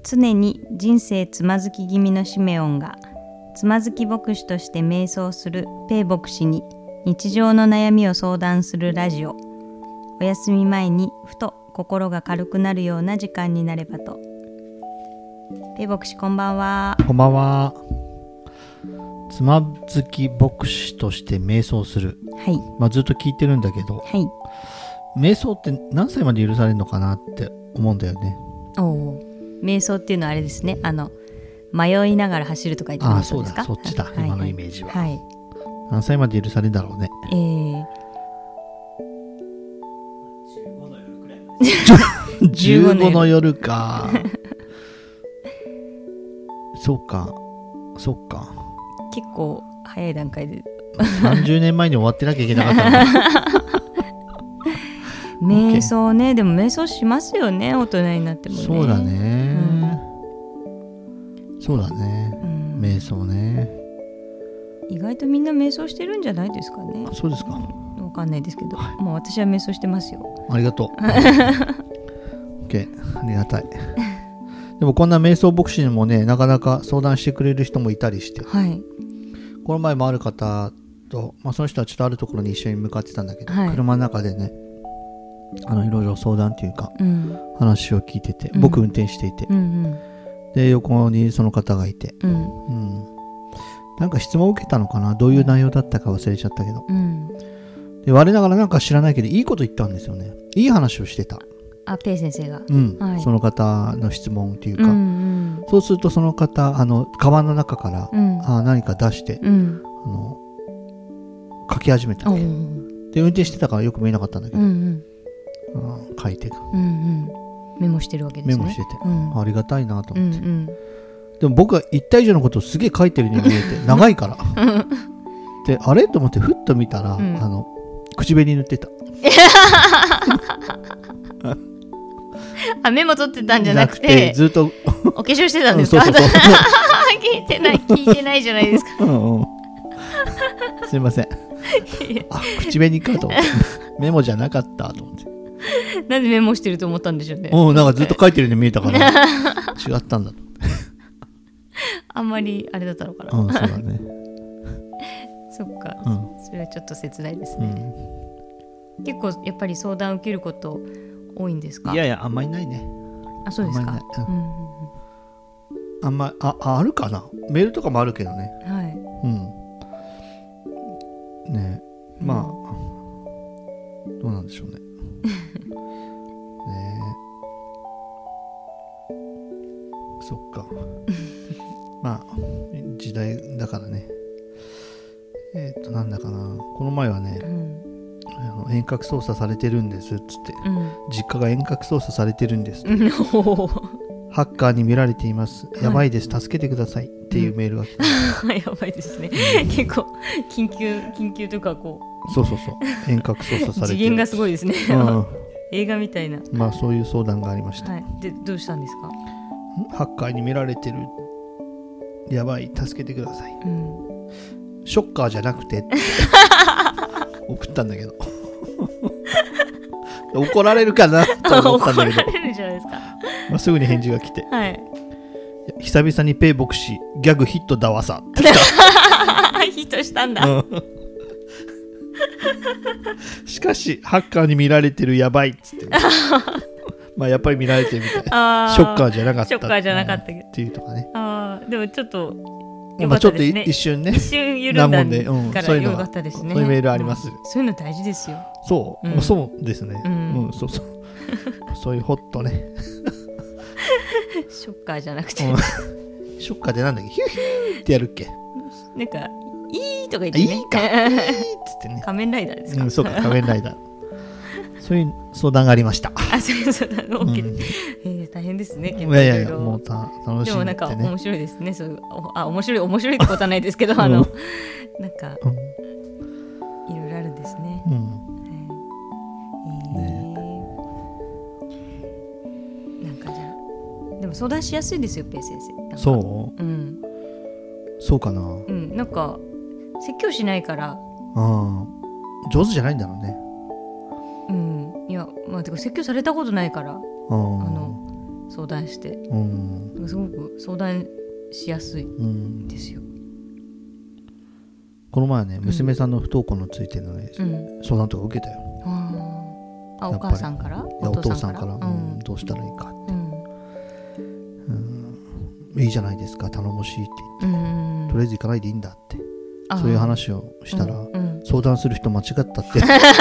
常に人生つまずき気味のシメオンがつまずき牧師として瞑想するペイ牧師に日常の悩みを相談するラジオ。お休み前にふと心が軽くなるような時間になればと。ペイ牧師こんばんは。 こんばんは。つまずき牧師として瞑想する、はい、ずっと聞いてるんだけど、はい、瞑想って何歳まで許されるのかなって思うんだよね。 瞑想っていうのはあれですね、迷いながら走るとか言ってますか？ そうだ、そっちだ、はい、今のイメージは、 はい、 何歳まで許されるんだろうね。15の夜かそうか結構早い段階で 30年前に終わってなきゃいけなかった瞑想ね。でも瞑想しますよね、大人になってもね。 そうだね、そうだね、瞑想ね。 意外とみんな瞑想してるんじゃないですかね。 そうですか、 わかんないですけど、もう私は瞑想してますよ。ありがとうOK、 ありがたいでもこんな瞑想牧師にもね、なかなか相談してくれる人もいたりして、はい、この前もある方と、その人はちょっとあるところに一緒に向かってたんだけど、はい、車の中でね、いろいろ相談というか、話を聞いてて、僕運転していて、で横にその方がいて、なんか質問を受けたのかな、どういう内容だったか忘れちゃったけど、で我ながらなんか知らないけどいいこと言ったんですよね。いい話をしてた。 ペイ先生が、 はい、その方の質問っていうか、そうするとその方カバンの中から、何か出して、書き始めたわけで、運転してたからよく見えなかったんだけど、書いてが、 メモしてるわけですね。 メモしてて、ありがたいなと思って、でも僕は言った以上のことをすげえ書いてるように見えて長いからで、あれと思ってふっと見たら、口紅塗ってたメモ取ってたんじゃなくてずっとお化粧してたんですか？そう聞いてないじゃないですかすいません口紅かと思ってメモじゃなかったと思ってなんでメモしてると思ったんでしょうね。 なんかずっと書いてるように見えたから違ったんだとあんまりあれだったのかな。 そうだねそっか、それはちょっと切ないですね、結構やっぱり相談受けること多いんですか？ いやあんまりないね。 そうですか。 あんまあるかな。メールとかもあるけどね。はい。ね、どうなんでしょうね。ね、そっか。時代だからね。なんだかな。この前はね。遠隔操作されてるんですっつって、実家が遠隔操作されてるんですハッカーに見られています、やばいです、助けてくださいっていうメールが来て、 やばいですね、結構緊急とかこうそう遠隔操作されてる、 次元がすごいですね、映画みたいな、 そういう相談がありました、 でどうしたんですか？ ハッカーに見られてる、やばい、助けてください、ショッカーじゃなくてって送ったんだけど怒られるかなと思ったんだけど怒られるじゃないですか、 すぐに返事が来て、久々にペイ牧師ギャグヒットだわさって来たヒットしたんだ、 しかしハッカーに見られてる、やばいっつってやっぱり見られてるみたい、ショッカーじゃなかったけどっていうとかね。 でもちょっとちょっと一瞬ね、 緩んだからよかったですね。 そういうメールあります。 そういうの大事ですよ。 そうですね。そういうホットね。 ショッカーじゃなくて。 ショッカーでなんだっけ、ヒューヒューってやるっけ。 なんかいいとか言ってね。 いいか。いいっつってね。 仮面ライダーですか。 そうか、仮面ライダー。そういう相談がありました。 そういう相談が起きる。大変ですね。 いやもう楽しい。 でもなんか面白いですね。面白いってことはないですけど、なんかいろいろあるんですね。なんかじゃあでも相談しやすいですよ、ペイ先生。 そう？そうかな。 なんか説教しないから。 上手じゃないんだろうね。いやてか説教されたことないから、 相談して、 うん、 すごく相談しやすいですよ、 この前はね、娘さんの不登校のついてのね、相談とか受けたよ。 お母さんから？ お父さんから、どうしたらいいかって、いいじゃないですか、頼もしいって言って、とりあえず行かないでいいんだって、そういう話をしたら、相談する人間違ったって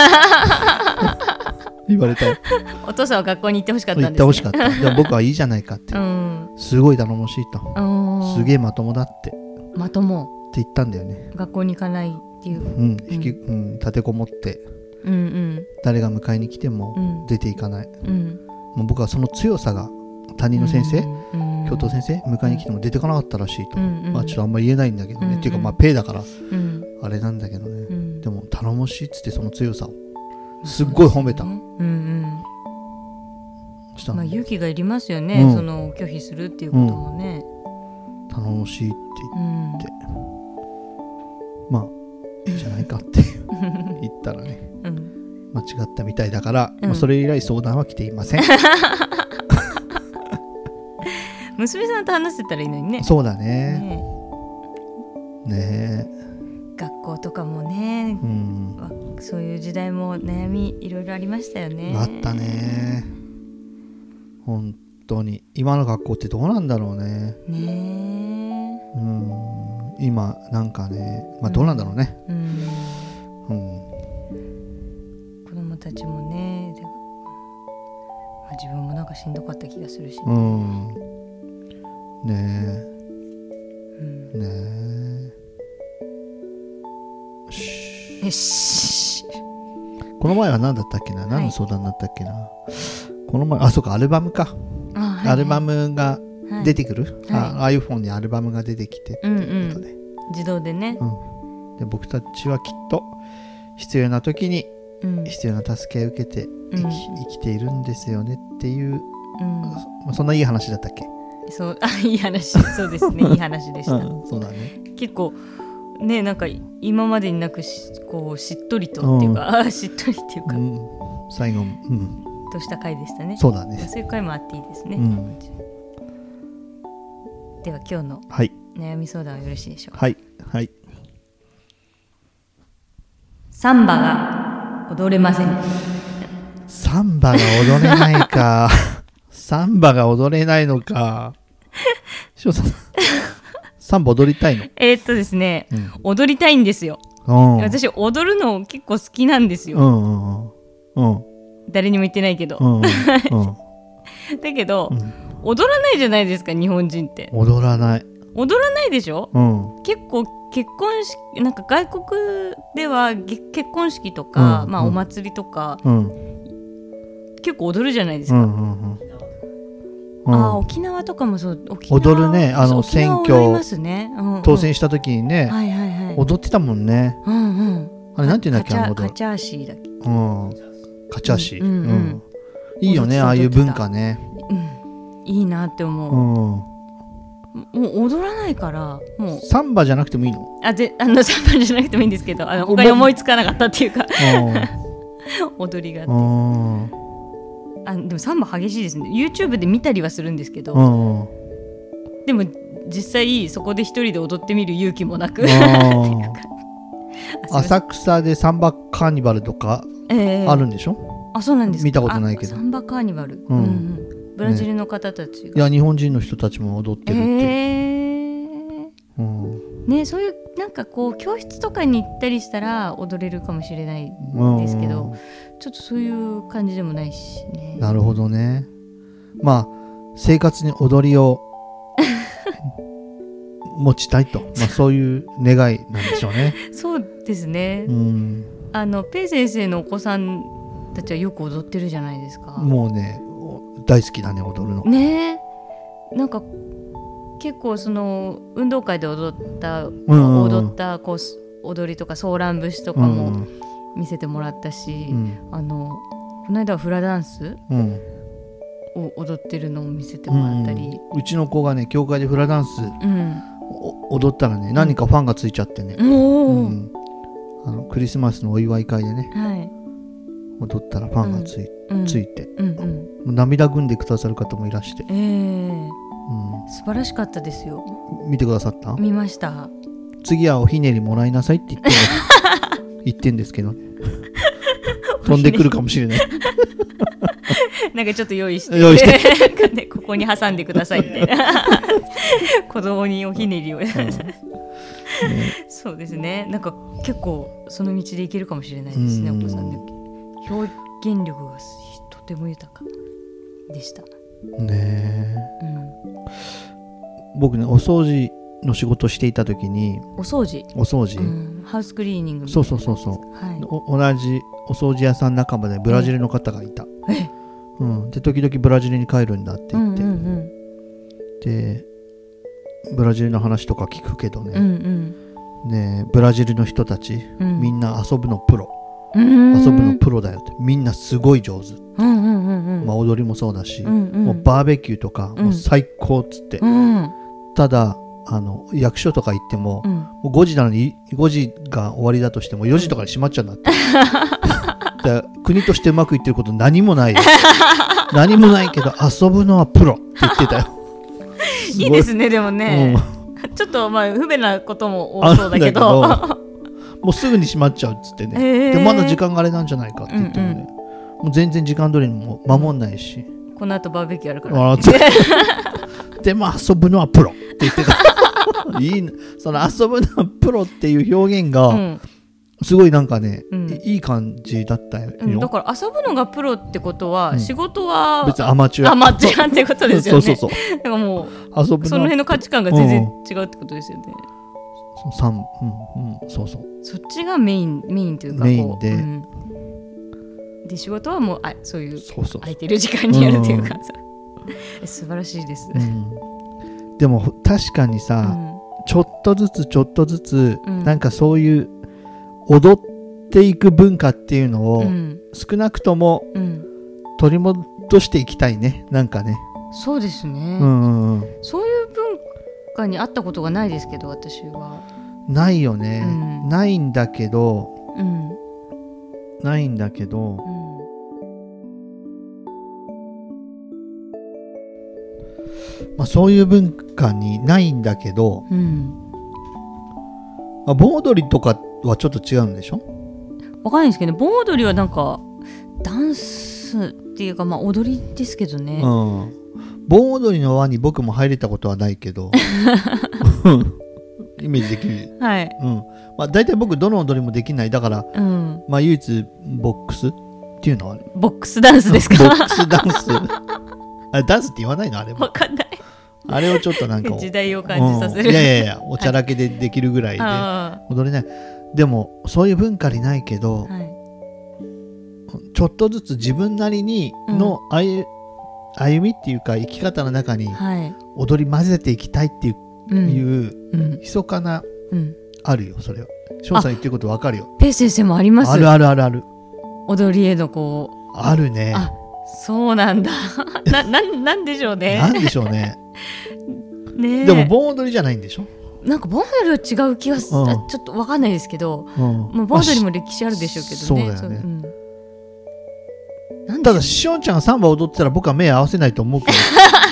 言われたよ。 お父さんは学校に行ってほしかったんですね。 行ってほしかった。でも僕はいいじゃないかって、すごい頼もしいと、すげえまともだって、 まともって言ったんだよね。 学校に行かないっていう、 立てこもって、誰が迎えに来ても出ていかない、もう僕はその強さが、担任の先生、教頭先生迎えに来ても出てかなかったらしいと、まあちょっとあんま言えないんだけどね、っていうかまあペイだからあれなんだけどね、でも頼もしいっつって、その強さをすっごい褒めた。 まあ勇気がいりますよね、その拒否するっていうこともね、 頼もしいって言って、まあいいじゃないかって言ったらね、間違ったみたいだから、それ以来相談は来ていません。 娘さんと話せたらいいのにね。 そうだね。ねえ。 学校とかもね、そういう時代も悩みいろいろありましたよね。 あったね。本当に今の学校ってどうなんだろうね。今なんかね、まあどうなんだろうね。 子供たちもね、まあ、自分もなんかしんどかった気がするし、 ねえ、ねえ。この前は何だったっけな、何の相談だったっけな、この前、そうか、アルバムか、アルバムが出てくる、iPhone にアルバムが出てきてっていうことで、 自動でね、 で僕たちはきっと必要な時に必要な助けを受けて生きているんですよねっていう、そんないい話だったっけ。 そう、いい話、そうですね、いい話でした。 そうだね。 結構ね、なんか今までになくこうしっとりとっていうか、しっとりっていうか、 最後、 とした回でしたね。 そうだね。 そういう回もあっていいですね。では今日の悩み相談はよろしいでしょうか。 はいはい。 サンバが踊れません。 サンバが踊れないか。サンバが踊れないのか。翔さん、サンバ踊りたいの？ ですね、踊りたいんですよ。私踊るの結構好きなんですよ。誰にも言ってないけど。だけど、踊らないじゃないですか、日本人って。 踊らないでしょ。結構結婚式、なんか外国では結婚式とか、まあお祭りとか、結構踊るじゃないですか。沖縄とかもそう。 踊るね。選挙当選した時にね、踊ってたもんね。あれなんていうんだっけ、 カチャーシーだっけ。 カチャーシー。いいよね、ああいう文化ね。 いいなって思う。もう踊らないから、もうサンバじゃなくてもいいの？ サンバじゃなくてもいいんですけど、他に思いつかなかったっていうか踊りがあって。でもサンバ激しいですね。 YouTube で見たりはするんですけど、でも実際そこで一人で踊ってみる勇気もなく浅草でサンバカーニバルとかあるんでしょ？ そうなんですか。 見たことないけど。 サンバカーニバル、ブラジルの方たちが、 いや日本人の人たちも踊ってるって、 そういうなんかこう教室とかに行ったりしたら踊れるかもしれないですけど、ちょっとそういう感じでもないしね。 なるほどね。まあ生活に踊りを持ちたいと、そういう願いなんでしょうね。 そうですね。ペイ先生のお子さんたちはよく踊ってるじゃないですか。もうね、大好きだね、踊るのね。なんか結構その運動会で踊ったこう踊りとかソーラン節とかも見せてもらったし、この間はフラダンスを踊ってるのを見せてもらったり、 うちの子がね、教会でフラダンス踊ったらね、何かファンがついちゃってね、クリスマスのお祝い会でね、踊ったらファンがついて、 ついて、涙ぐんでくださる方もいらして、 素晴らしかったですよ。 見てくださった？ 見ました。 次はおひねりもらいなさいって言ってんですけど飛んでくるかもしれないなんかちょっと用意してここに挟んでくださいって子供におひねりをそうですね。なんか結構その道でいけるかもしれないですね。お子さんの表現力がとても豊かでしたね。僕ね、お掃除の仕事をしていた時に、 お掃除、ハウスクリーニングみたいな、 そう、同じお掃除屋さん仲間でブラジルの方がいた、で時々ブラジルに帰るんだって言って、でブラジルの話とか聞くけどね、ね、ブラジルの人たち、みんな遊ぶのプロ、遊ぶのプロだよって、みんなすごい上手、踊りもそうだし、もうバーベキューとか、もう最高っつって、ただ役所とか行っても、もう5時なのに5時が終わりだとしても4時とかで閉まっちゃうんだってだから国としてうまくいってること何もない何もないけど遊ぶのはプロって言ってたよいいですね。でもね、ちょっと不便なことも多そうだけどもうすぐに閉まっちゃうっつってね、でまだ時間があれなんじゃないかって言ってもね、もう全然時間通りにも守んないし、 この後バーベキューあるからでも遊ぶのはプロって言ってたいい、その遊ぶのはプロっていう表現が、すごいなんかね、いい感じだったよ、 だから遊ぶのがプロってことは、仕事は別にアマチュアってことですよねそうだからもう遊ぶその辺の価値観が全然違うってことですよね。 そうそっちがメインというか、 メインで、 で仕事はもうそういう空いてる時間にやるというか、素晴らしいです、 でも確かにさ、ちょっとずつ、なんかそういう踊っていく文化っていうのを、少なくとも取り戻していきたいね。なんかね。 そうですね、そういう文化にあったことがないですけど、私はないよね、ないんだけど、そういう文化にないんだけど、盆踊りとかはちょっと違うんでしょ？ わかんないですけど、盆踊りはなんかダンスっていうか、踊りですけどね、 盆踊りの輪に僕も入れたことはないけどイメージできる、大体僕どの踊りもできない。だから、唯一ボックスっていうのはボックスダンスですか？ ボックスダンスあれダンスって言わないの？あれもわかんない。 あれをちょっとなんか時代を感じさせる、 いやおちゃらけでできるぐらいで踊れない。でもそういう文化にないけど、ちょっとずつ自分なりにの歩みっていうか生き方の中に踊り混ぜていきたいっていう、密かな、あるよ。それは翔さん言ってること分かるよ。 ペイ先生もあります？ ある踊りへのあるね。 そうなんだなんでしょうね。 でも盆踊りじゃないんでしょ？ なんか盆踊りは違う気がちょっと分かんないですけど、盆踊りも歴史あるでしょうけどね。 そうだよね。ただしおんちゃんがサンバ踊ってたら僕は目合わせないと思うけど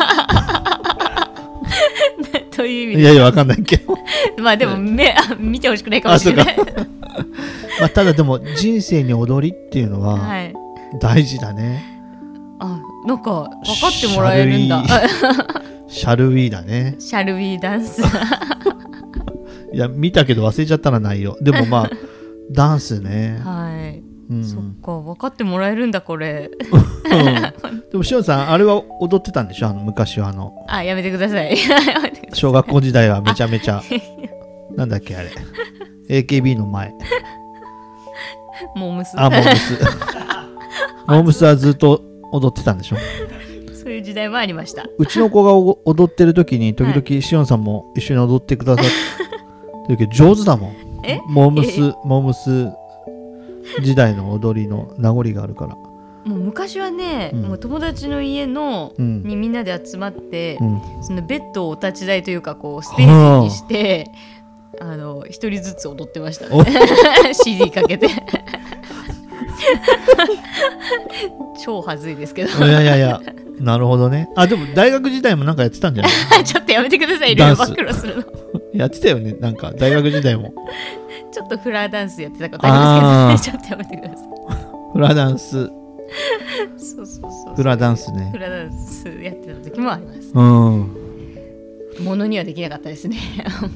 という意味で。 いや分かんないけどでも見てほしくないかもしれないただでも人生に踊りっていうのは大事だね。 なんか分かってもらえるんだ。 シャルウィーだね。 シャルウィーダンスいや見たけど忘れちゃったら内容。でもダンスね。 そっか、分かってもらえるんだこれでもしおんさんあれは踊ってたんでしょ？昔はやめてください小学校時代はめちゃめちゃなんだっけあれAKB の前モームスモームスはずっと踊ってたんでしょ？ そういう時代もありました。 うちの子が踊ってる時に時々しおんさんも一緒に踊ってくださってるけど上手だもん。モームス時代の踊りの名残があるから。 もう昔はね、もう友達の家の、にみんなで集まって、そのベッドをお立ち台というかステージにして一人ずつ踊ってましたねCD かけて超はずいですけど。 いやいやなるほどね。あ、でも大学時代もなんかやってたんじゃないちょっとやめてください、いろいろ暴露するの。 やってたよね、なんか大学時代も。 ちょっとフラダンスやってたことありますけどね。ちょっとやめてください。 フラダンス。 そうフラダンスね。 フラダンスやってた時もあります。 うん。 ものにはできなかったですね。 うん。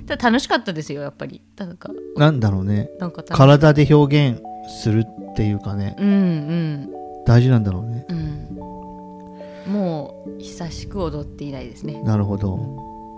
ただ楽しかったですよ、やっぱり。 なんだろうね。 なんか体で表現するっていうかね。大事なんだろうね。 もう久しく踊っていないですね。 なるほど。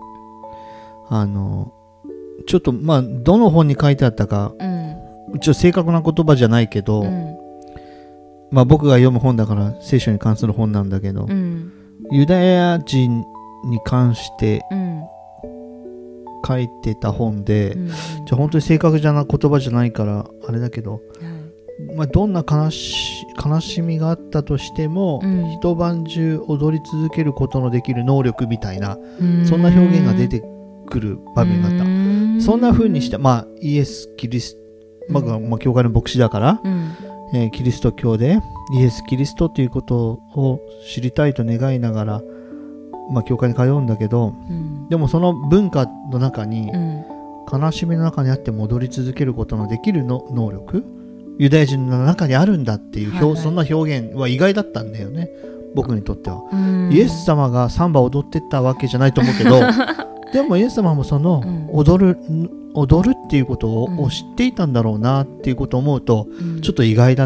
ちょっとまあどの本に書いてあったか、ちょっと正確な言葉じゃないけど、まあ僕が読む本だから聖書に関する本なんだけど、ユダヤ人に関して書いてた本で、じゃあ本当に正確じゃな言葉じゃないからあれだけど、まあ、どんな悲しみがあったとしても、一晩中踊り続けることのできる能力みたいな、そんな表現が出てくる場面があった。そんな風にして、まあ、イエス・キリスト、まあ、教会の牧師だから、キリスト教でイエス・キリストということを知りたいと願いながら、まあ、教会に通うんだけど、でもその文化の中に、悲しみの中にあって戻り続けることのできるの能力、ユダヤ人の中にあるんだっていう、そんな表現は意外だったんだよね、僕にとっては。イエス様がサンバ踊ってったわけじゃないと思うけどでもイエス様もその踊るっていうことを知っていたんだろうなっていうことを思うと、ちょっと意外だった。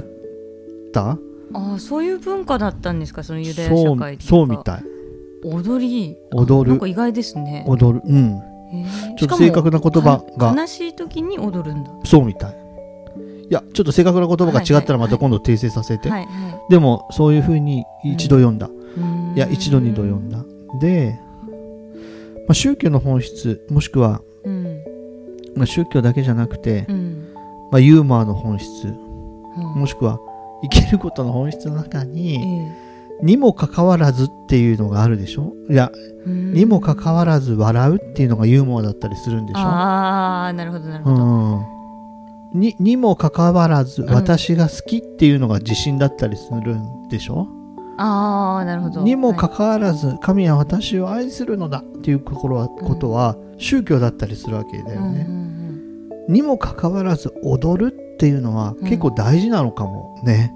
そういう文化だったんですか、そのユダヤ社会。 そうみたい。 踊るなんか意外ですね。 踊る、ちょっと正確な言葉が悲しい時に踊るんだ。 そうみたい。いや、ちょっと正確な言葉が違ったらまた今度訂正させて。でもそういう風に一度読んだ。いや、一度二度読んだ。で、まあ、宗教の本質、もしくは、まあ、宗教だけじゃなくて、まあ、ユーモアの本質、もしくは生きることの本質の中に、にもかかわらずっていうのがあるでしょ。いや、にもかかわらず笑うっていうのがユーモアだったりするんでしょ。 なるほどなるほど。 にもかかわらず私が好きっていうのが自信だったりするんでしょ。 なるほど。 にもかかわらず、神は私を愛するのだっていうことは宗教だったりするわけだよね。にもかかわらず踊るっていうのは結構大事なのかもね。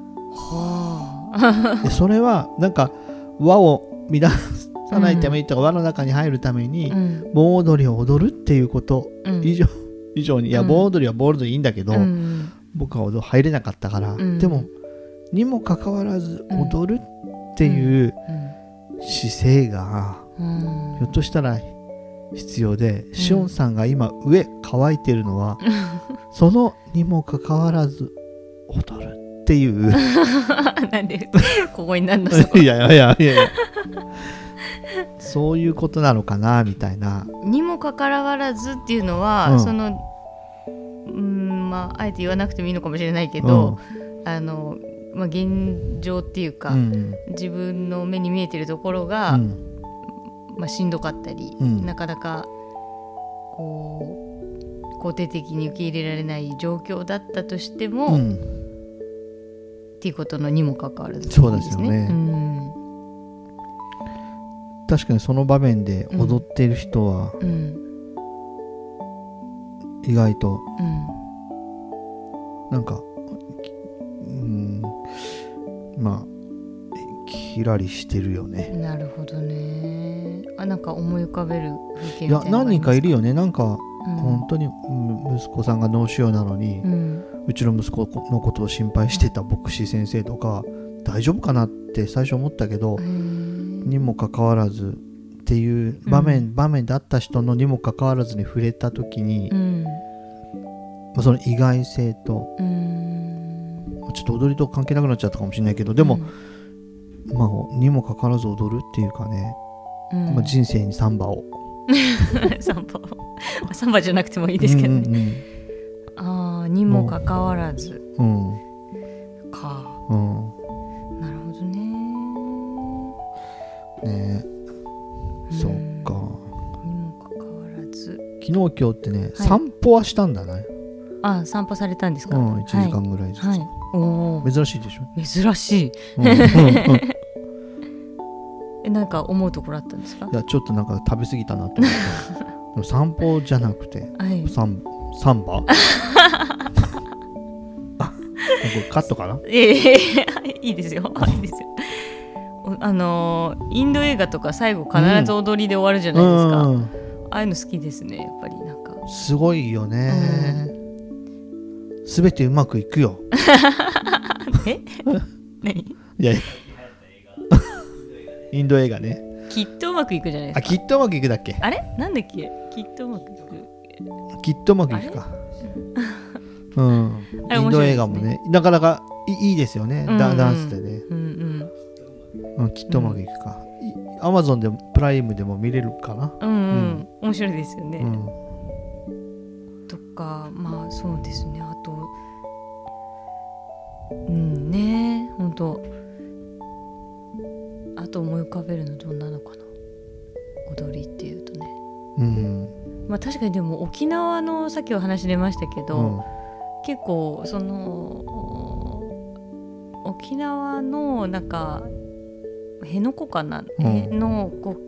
でそれはなんか輪を乱さないためにとか、輪の中に入るために盆踊りを踊るっていうこと以上に、いや盆踊りは盆踊りでいいんだけど、僕は入れなかったから、でもにもかかわらず踊るっていう姿勢がひょっとしたら必要で、シオンさんが今上乾いてるのはそのにもかかわらず踊るっていうなんでここになんのいやそういうことなのかなみたいな。 にもかかわらずっていうのは、そのまああえて言わなくてもいいのかもしれないけど、まあ、現状っていうか、自分の目に見えてるところが、まあ、しんどかったり、なかなかこう肯定的に受け入れられない状況だったとしても、っていうことのにもかかわらず、ね、 そうですよね、確かにその場面で踊っている人は、意外と、なんかまあキラリしてるよね。 なるほどね。なんか思い浮かべる風景みたいなのがありますか？ いや、何人かいるよね。なんか、本当に息子さんが脳腫瘍なのに、うちの息子のことを心配してた牧師先生とか、大丈夫かなって最初思ったけど、にもかかわらずっていう場面であった人のにもかかわらずに触れた時に、その意外性と、ちょっと踊りと関係なくなっちゃったかもしれないけど、でも、まあ、にもかかわらず踊るっていうかね、まあ、人生にサンバをサンバじゃなくてもいいですけどね、にもかかわらず、か、なるほどね。 そっか。 にもかかわらず、 昨日今日ってね、散歩はしたんだね。 散歩されたんですか。 1時間ぐらいずつ、 はいはい、お珍しいでしょ。 珍しい、なんか思うところあったんですか。 いやちょっとなんか食べ過ぎたなと思ってでも散歩じゃなくて、 はい、 サンバこれカットかな。 いいですよいいですよ。インド映画とか最後必ず踊りで終わるじゃないですか、ああいうの好きですね。やっぱりなんかすごいよね、すべてうまくいくよ何いやインド映画ね。 きっとうまくいくじゃないですか。 きっとうまくいくだっけ。 あれなんだっけ。きっとうまくいく。 きっとうまくいくか。インド映画もね、なかなかいいですよね、ダンスでね、きっとうまくいくか。アマゾンでプライムでも見れるかな。 面白いですよね、とかまあそうですね。あとね、本当あと思い浮かべるのどんなのかな、踊りっていうとね。まあ確かにでも沖縄のさっきお話出ましたけど、結構その沖縄のなんか辺野古かな、辺野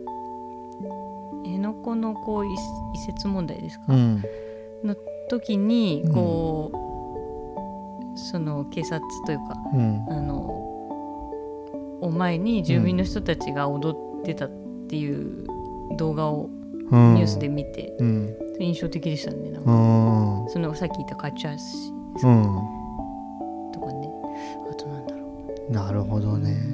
古のこう移設問題ですか、の時にこう、その警察というか、を前に住民の人たちが踊ってたっていう動画をニュースで見て、印象的でしたね。なんかそのさっき言ったカチャーシですか、とかね。あとなんだろう。 なるほどね。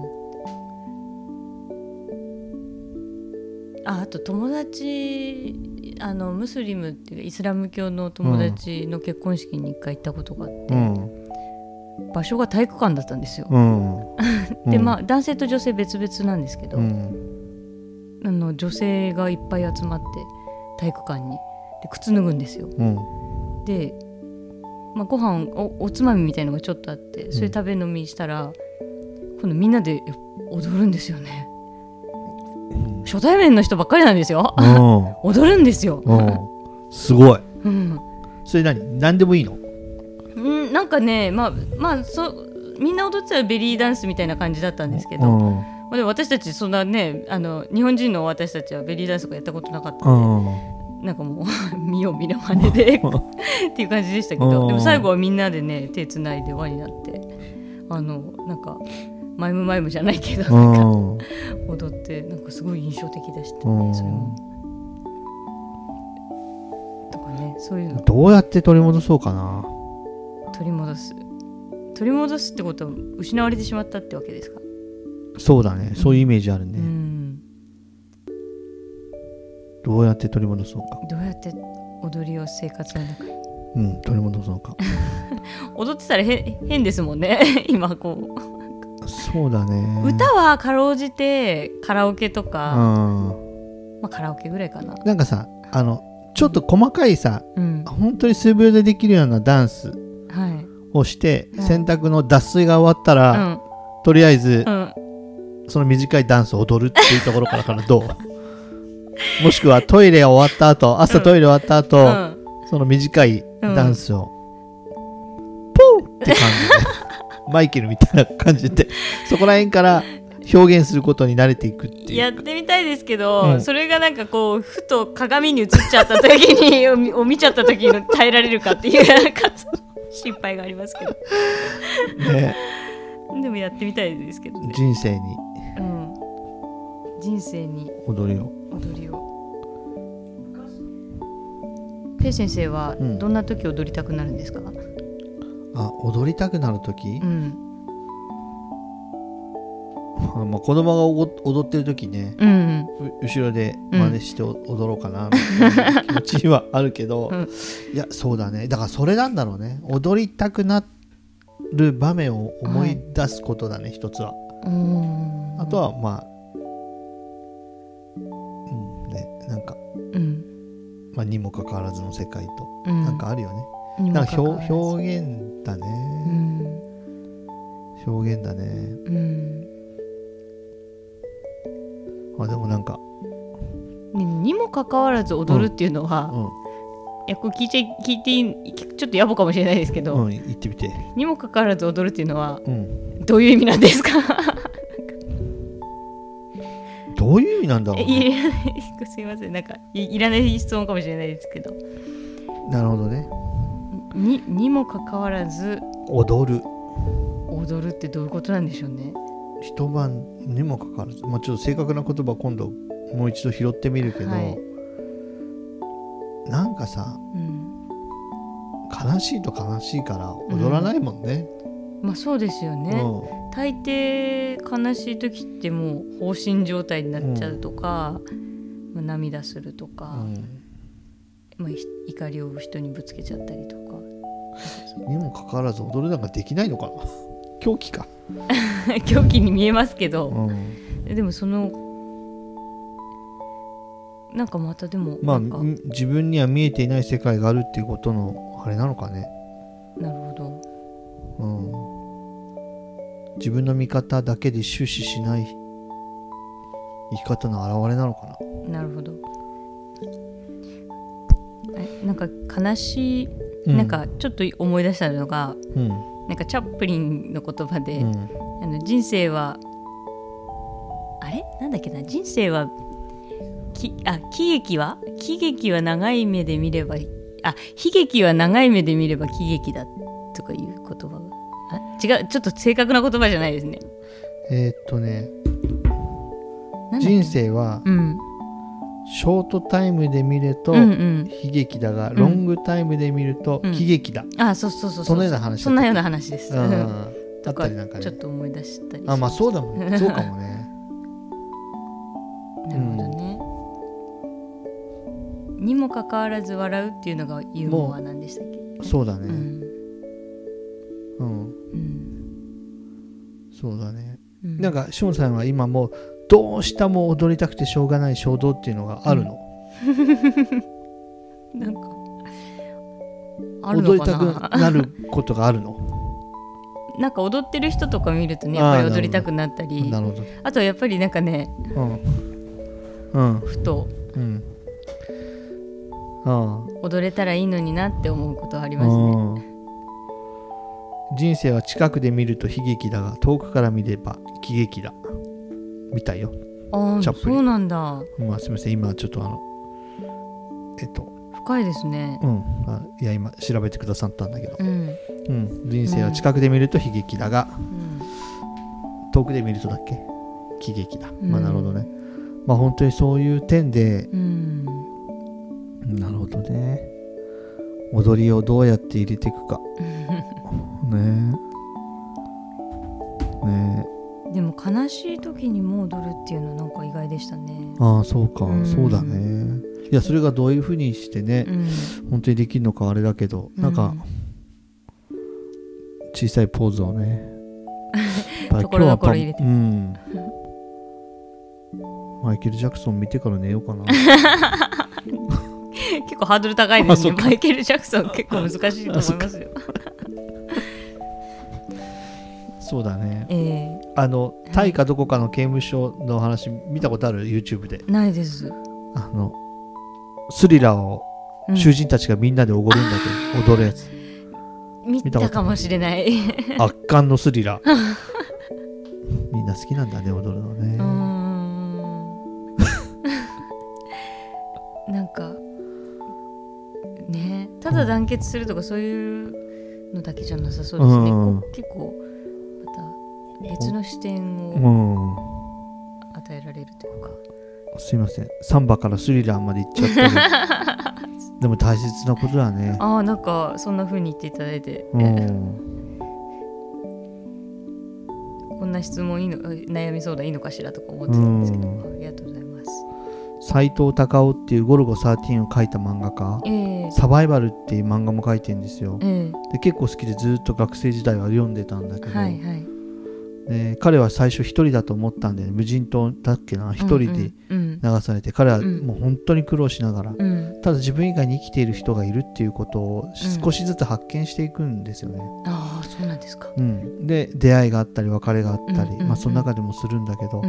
あと友達ムスリムっていうかイスラム教の友達の結婚式に一回行ったことがあって、場所が体育館だったんですよ、でまあ男性と女性別々なんですけど、女性がいっぱい集まって体育館にで靴脱ぐんですよ、で、まあ、ご飯 おつまみみたいのがちょっとあって、それ食べ飲みしたら今度みんなで踊るんですよね、初対面の人ばっかりなんですよ踊るんですよすごい、それ何でもいいの？ なんかね、まあみんな踊ってたらベリーダンスみたいな感じだったんですけど、でも私たちそんなね、日本人の私たちはベリーダンスとかやったことなかったんで、なんかもう見よう見る真似でっていう感じでしたけど、でも最後はみんなでね手つないで輪になってなんかマイムマイムじゃないけどなんか踊ってなんかすごい印象的でしたね、それもとかね。そういうのどうやって取り戻そうかな。 取り戻すってことは失われてしまったってわけですか？ そうだね、そういうイメージあるね、どうやって取り戻そうか。 どうやって踊りを生活の中に取り戻そうか踊ってたら変ですもんね今こう。 そうだね。 歌はかろうじてカラオケとか、まあ、カラオケぐらいかな。 なんかさちょっと細かいさ、本当に数秒でできるようなダンスをして、洗濯の脱水が終わったら、とりあえず、その短いダンスを踊るっていうところからどうもしくはトイレ終わった後、朝トイレ終わった後、その短いダンスを、ポーって感じでマイケルみたいな感じでそこら辺から表現することに慣れていくっていう。 やってみたいですけど、それがなんかこうふと鏡に映っちゃった時に見ちゃった時に耐えられるかっていうなんか心配がありますけどね。でもやってみたいですけどね。 人生に踊りを。 ペイ先生はどんな時踊りたくなるんですか？ 踊りたくなる時、まあ、子供が踊ってる時ね、後ろで真似して踊ろうかなみたいな気持ちはあるけど、いやそうだね、だからそれなんだろうね。踊りたくなる場面を思い出すことだね、一つは。あとはまあなんか、まあ、にもかかわらずの世界と、なんかあるよね。なんか表現だね、表現だね。でもなんかにもかかわらず踊るっていうのは、 やこれ聞いていい、ちょっと野暮かもしれないですけど、 言ってみて。 にもかかわらず踊るっていうのは、どういう意味なんですか？ どういう意味なんだろうね。 すいません、なんかいらない質問かもしれないですけど。 なるほどね。 にもかかわらず踊るってどういうことなんでしょうね。 一晩にもかかわらず、ちょっと正確な言葉今度もう一度拾ってみるけど、なんかさ、悲しいと悲しいから踊らないもんね。 そうですよね。大抵悲しい時ってもう放心状態になっちゃうとか、涙するとか、怒りを人にぶつけちゃったりとか。 にもかかわらず踊るなんかできないのかな。狂気か。 狂気に見えますけど、でもそのなんかまたでも自分には見えていない世界があるっていうことのあれなのかね。 なるほど。 自分の見方だけで終始しない生き方の表れなのかな。 なるほど。なんか悲しい、なんかちょっと思い出したのが、なんかチャップリンの言葉で、人生はなんだっけな、人生は喜劇は長い目で見れば悲劇は長い目で見れば喜劇だとかいう言葉が違う、ちょっと正確な言葉じゃないですね。 人生は、ショートタイムで見ると悲劇だが、ロングタイムで見ると喜劇だ。 そうそのような話。 そんなような話です。 だったりなんかね。 ちょっと思い出したり。 そうだもんね。そうかもね。 なるほどね。にもかかわらず笑うっていうのがユーモアなんでしたっけ？ そうだね。そうだね。なんかショーンさんは今もうどうしても踊りたくてしょうがない衝動っていうのがあるの？ なんかあるのかな。 踊りたくなることがあるの？ なんか踊ってる人とか見るとね、やっぱり踊りたくなったり、あとはやっぱりなんかね、ふと、踊れたらいいのになって思うことはありますね。 人生は近くで見ると悲劇だが、遠くから見れば喜劇だみたいよ。 そうなんだ。 すみません、今ちょっと深いですね。 いや今調べてくださったんだけど、人生は近くで見ると悲劇だが、遠くで見るとだっけ喜劇だ。なるほどね。本当にそういう点で、なるほどね。踊りをどうやって入れていくか。 でも悲しい時にも踊るっていうのはなんか意外でしたね。 そうか、そうだね。いやそれがどういうふうにしてね、本当にできるのかあれだけど、なんか小さいポーズをねところどころ入れて、 マイケル・ジャクソン見てから寝ようかな。 結構ハードル高いですね。マイケル・ジャクソン結構難しいと思いますよ。 そうだね。タイかどこかの刑務所の話見たことある？ YouTube で。 ないです。 スリラーを囚人たちがみんなで踊るんだけど、踊るやつ見たかもしれない。 圧巻のスリラー。みんな好きなんだね、踊るのね。 なんかね、ただ団結するとかそういうのだけじゃなさそうですね。結構また別の視点を与えられるというか。 すいません、サンバからスリラーまで行っちゃったり。でも大切なことだね。 なんかそんな風に言っていただいて、こんな質問悩み相談いいのかしらとか思ってたんですけど、ありがとうございます。 斎藤隆夫っていうゴルゴ13を書いた漫画家、サバイバルっていう漫画も書いてるんですよ。で結構好きでずっと学生時代は読んでたんだけど、で彼は最初一人だと思ったんで、無人島だっけな、一人で流されて、彼はもう本当に苦労しながら、ただ自分以外に生きている人がいるっていうことを少しずつ発見していくんですよね。 そうなんですか。 で出会いがあったり別れがあったり、その中でもするんだけど、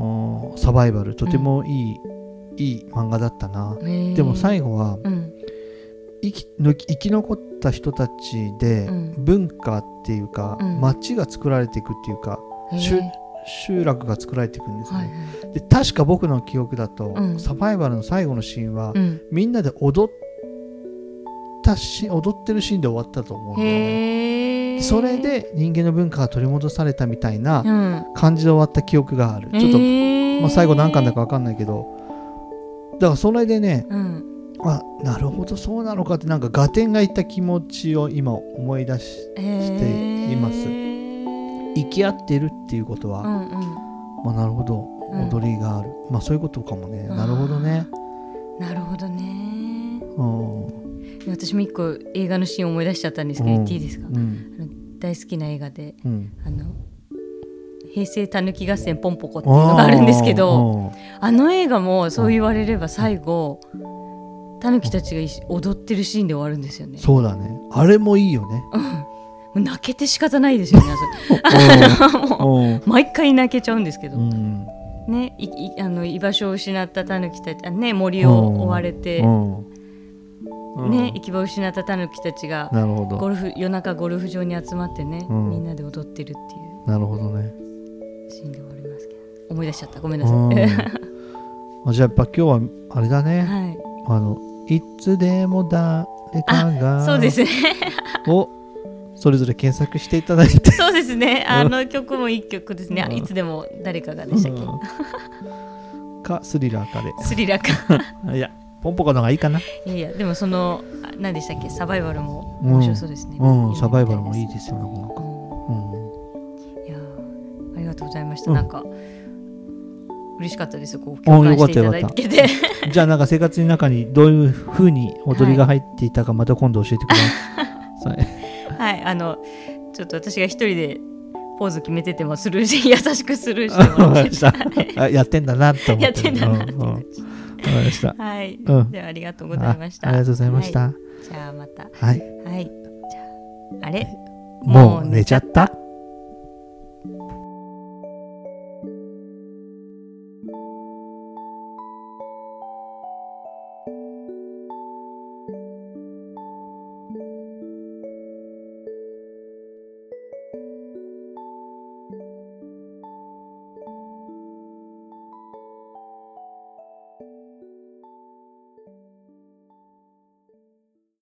サバイバルとてもいい漫画だったな。でも最後は、 生き残った人たちで文化っていうか、町が作られていくっていうか、集落が作られていくんですね、で確か僕の記憶だと、サバイバルの最後のシーンは、みんなで踊ってるシーンで終わったと思うんだよね。それで人間の文化が取り戻されたみたいな感じで終わった記憶がある、ちょっと、最後何巻だか分かんないけど、だからそれでね、あ、なるほどそうなのかって、なんか合点がいった気持ちを今思い出しています。生き合っているっていうことは、なるほど、踊りがある、そういうことかもね。なるほどね。 なるほどね。私も一個映画のシーンを思い出しちゃったんですけど、言っていいですか？大好きな映画で、平成たぬき合戦ポンポコっていうのがあるんですけど、あの映画もそう言われれば最後たぬきたちが踊ってるシーンで終わるんですよね。そうだね、あれもいいよね。もう泣けて仕方ないですよね。もう毎回泣けちゃうんですけど、ね、居場所を失ったたぬきたち、森を追われて、行き場を失ったたぬきたちが夜中ゴルフ場に集まってね、みんなで踊ってるっていう。なるほどね。シーンで終わりますけど、思い出しちゃった、ごめんなさい。じゃあやっぱ今日はあれだね、いつでも誰かが、そうですねをそれぞれ検索していただいてそうですね、曲もいい曲ですね。いつでも誰かがでしたっけ、かスリラーかで、スリラーかいやポンポコの方がいいかな。いやでも何でしたっけ、サバイバルも面白そうですね。サバイバルもいいですよね。いやありがとうございました。なんか嬉しかったです。こう共感していただいててじゃあなんか生活の中にどういう風に踊りが入っていたか、また今度教えてください。はい、ちょっと私が一人でポーズ決めててもスルーし、優しくスルーしてもらってやってんだなって思って、やってんだなってわかりました。はい、ではありがとうございました。ありがとうございました。じゃあまた。はい。じゃああれもう寝ちゃった。